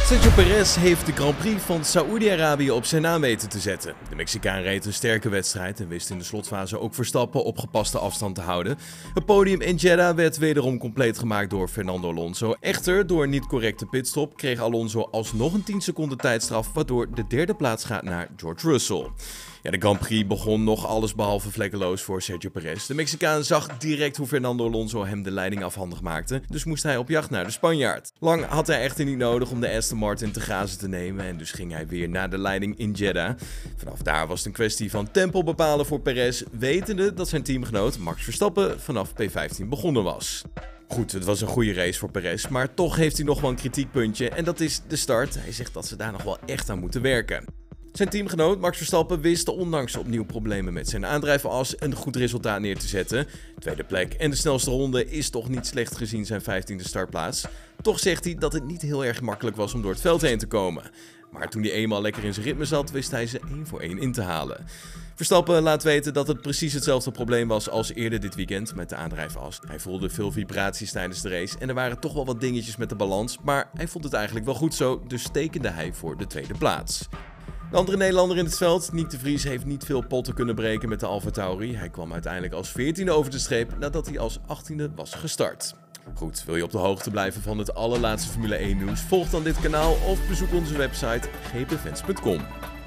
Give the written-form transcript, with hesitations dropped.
Sergio Perez heeft de Grand Prix van Saoedi-Arabië op zijn naam weten te zetten. De Mexicaan reed een sterke wedstrijd en wist in de slotfase ook Verstappen op gepaste afstand te houden. Het podium in Jeddah werd wederom compleet gemaakt door Fernando Alonso. Echter, door een niet correcte pitstop kreeg Alonso alsnog een 10 seconden tijdstraf, waardoor de derde plaats gaat naar George Russell. Ja, de Grand Prix begon nog allesbehalve vlekkeloos voor Sergio Perez. De Mexicaan zag direct hoe Fernando Alonso hem de leiding afhandig maakte, dus moest hij op jacht naar de Spanjaard. Lang had hij echter niet nodig om de Aston Martin te grazen te nemen en dus ging hij weer naar de leiding in Jeddah. Vanaf daar was het een kwestie van tempo bepalen voor Perez, wetende dat zijn teamgenoot Max Verstappen vanaf P15 begonnen was. Goed, het was een goede race voor Perez, maar toch heeft hij nog wel een kritiekpuntje en dat is de start. Hij zegt dat ze daar nog wel echt aan moeten werken. Zijn teamgenoot Max Verstappen wist ondanks opnieuw problemen met zijn aandrijfas een goed resultaat neer te zetten. Tweede plek en de snelste ronde is toch niet slecht gezien zijn 15e startplaats. Toch zegt hij dat het niet heel erg makkelijk was om door het veld heen te komen. Maar toen hij eenmaal lekker in zijn ritme zat, wist hij ze 1 voor 1 in te halen. Verstappen laat weten dat het precies hetzelfde probleem was als eerder dit weekend met de aandrijfas. Hij voelde veel vibraties tijdens de race en er waren toch wel wat dingetjes met de balans, maar hij vond het eigenlijk wel goed zo, dus tekende hij voor de tweede plaats. De andere Nederlander in het veld, Nick de Vries, heeft niet veel potten kunnen breken met de AlphaTauri. Hij kwam uiteindelijk als 14e over de streep nadat hij als 18e was gestart. Goed, wil je op de hoogte blijven van het allerlaatste Formule 1 nieuws? Volg dan dit kanaal of bezoek onze website gpfans.com.